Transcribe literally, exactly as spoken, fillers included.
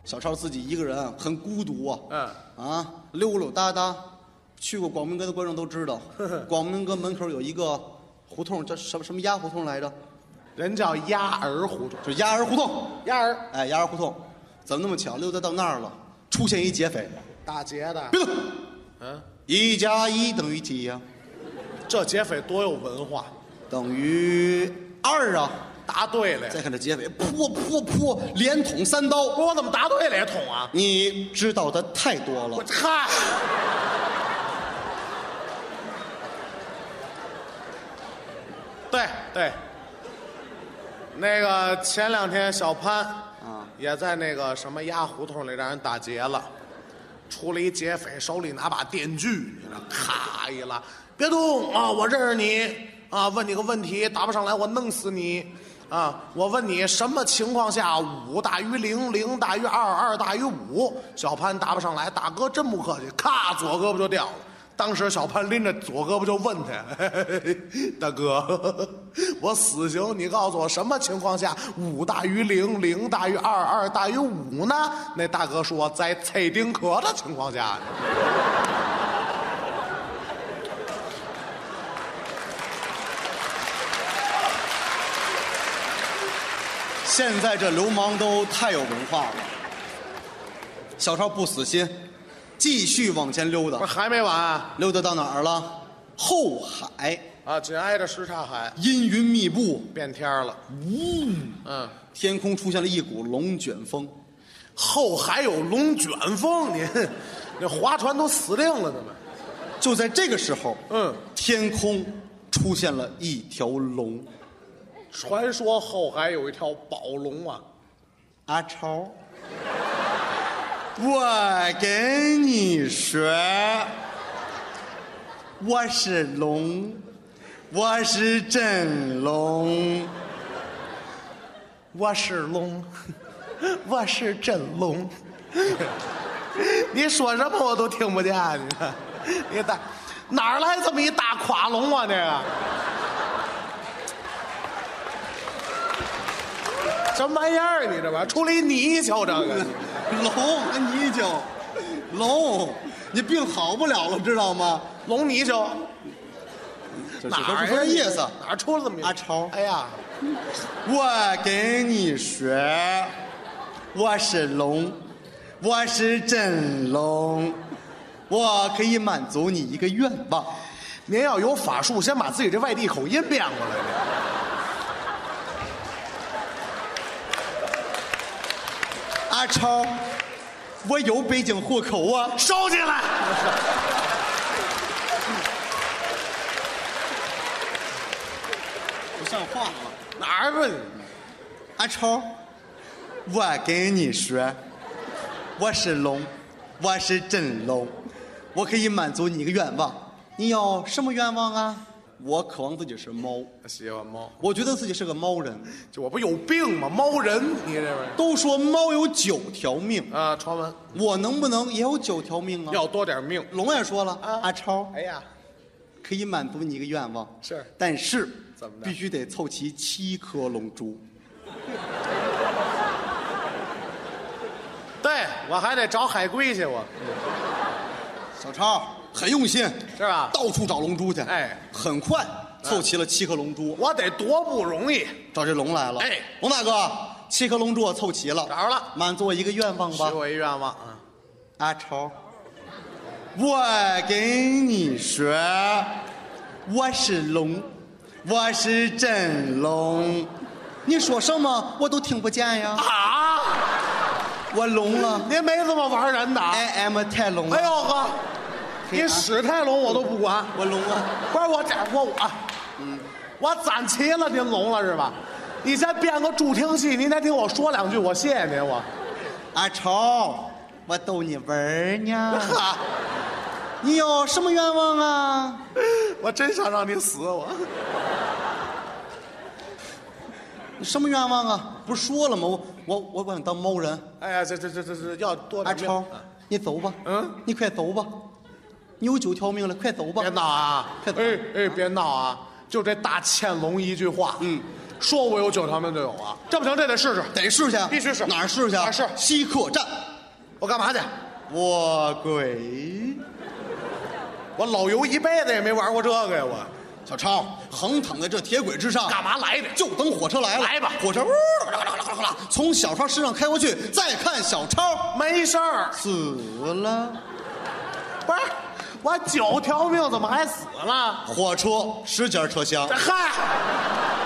小超自己一个人很孤独啊， 嗯啊，溜溜达达。去过广明阁的观众都知道，广明阁门口有一个胡同，叫什么什么鸭胡同来着？ 人叫鸭儿胡同， 就鸭儿胡同。 鸭儿， 哎，鸭儿胡同，怎么那么巧？溜达到那儿了，出现一劫匪。 打劫的。 别动！ 嗯， 一加一等于几呀、 这劫匪多有文化。 等于二啊！ 答对了。 再看这劫匪，噗噗噗，连捅三刀。 我怎么答对了也捅啊？ 你知道的太多了我。嗨。对对，那个前两天小潘啊也在那个什么鸭胡同里让人打劫了，出了一劫匪，手里拿把电锯，你知道，咔一拉，别动啊，我认识你啊，问你个问题，答不上来我弄死你啊！我问你什么情况下五大于零，零大于二，二大于五？小潘答不上来，大哥真不客气，咔，左胳膊就掉了。当时小潘拎着左胳膊就问他：“嘿嘿嘿大哥，我死刑，你告诉我什么情况下五大于零，零大于二，二大于五呢？”那大哥说：“在蔡丁壳的情况下。” 现在这流氓都太有文化了。小超不死心，继续往前溜达不是。还没完啊？ 溜达到哪儿了？后海， 啊，紧挨着什刹海， 阴云密布， 变天了。 呜， 嗯， 天空出现了一股龙卷风。 后海有龙卷风，你那划船都死定了，怎么？ 就在这个时候， 嗯， 天空出现了一条龙。 传说后海有一条宝龙啊。 阿超，我跟你说，我是龙，我是真龙。 我是龙，我是真龙。你说什么我都听不见，你看，你大哪儿来这么一大夸龙啊？这个什么玩意儿？你这玩意儿出了一泥鳅，这个龙和泥鳅，龙，你病好不了了，知道吗？ 龙泥鳅， 这哪儿是说这意思。 哪儿出了这么一阿超， 哎呀， 我跟你说，我是龙，我是真龙，我可以满足你一个愿望。 您要有法术，先把自己这外地口音变过来。 阿超，我有北京户口啊！ 收起来。 不像话了。 哪儿吧？ 阿超，我跟你说，我是龙，我是真龙，我可以满足你一个愿望。你有什么愿望啊？我渴望自己是猫， 喜欢猫， 我觉得自己是个猫人。 就我不有病吗？猫人，你这玩意儿都说猫有九条命， 啊，传闻我能不能也有九条命啊？ 要多点命。 龙也说了， 啊阿超哎呀， 可以满足你一个愿望， 是但是怎么的必须得凑齐七颗龙珠。 对我还得找海龟去，我小超很用心， 是吧？ 到处找龙珠去。 哎， 很快凑齐了七颗龙珠。 我得多不容易。 找这龙来了。 哎， 龙大哥，七颗龙珠我凑齐了， 找着了， 满足我一个愿望吧许。我一愿望啊！ 阿超，我跟你说，我是龙，我是真龙，你说什么我都听不见呀。 啊！ 我聋了您没这么玩人的。 ，I am 太聋了。 哎呦呵，你史泰龙我都不管。 我聋了。 不是我这我我，嗯，我攒齐了，您聋了是吧？你先编个助听器，您再听我说两句，我谢谢您。我， 阿超，我逗你玩儿呢。你有什么愿望啊？ 我真想让你死我。 你什么愿望啊？不是说了吗？我我我想当猫人。 哎呀，这这这这这要多点命。 阿超，你走吧。 嗯， 你快走吧。你有九条命了，快走吧。 别闹啊！ 快走哎哎，别闹啊！就这大乾隆一句话， 嗯， 说我有九条命就有啊？这不行，这得试试， 得试去， 必须是哪儿试去？ 哪儿试？ 西客站。 我干嘛去？ 卧轨。 我老游一辈子也没玩过这个呀，我。 小超横躺在这铁轨之上， 干嘛来的？ 就等火车来了。 来吧， 火车呜从小超身上开过去，再看小超没事儿， 死了。 不是，我九条命怎么还死了？ 火车十节车厢。 嗨。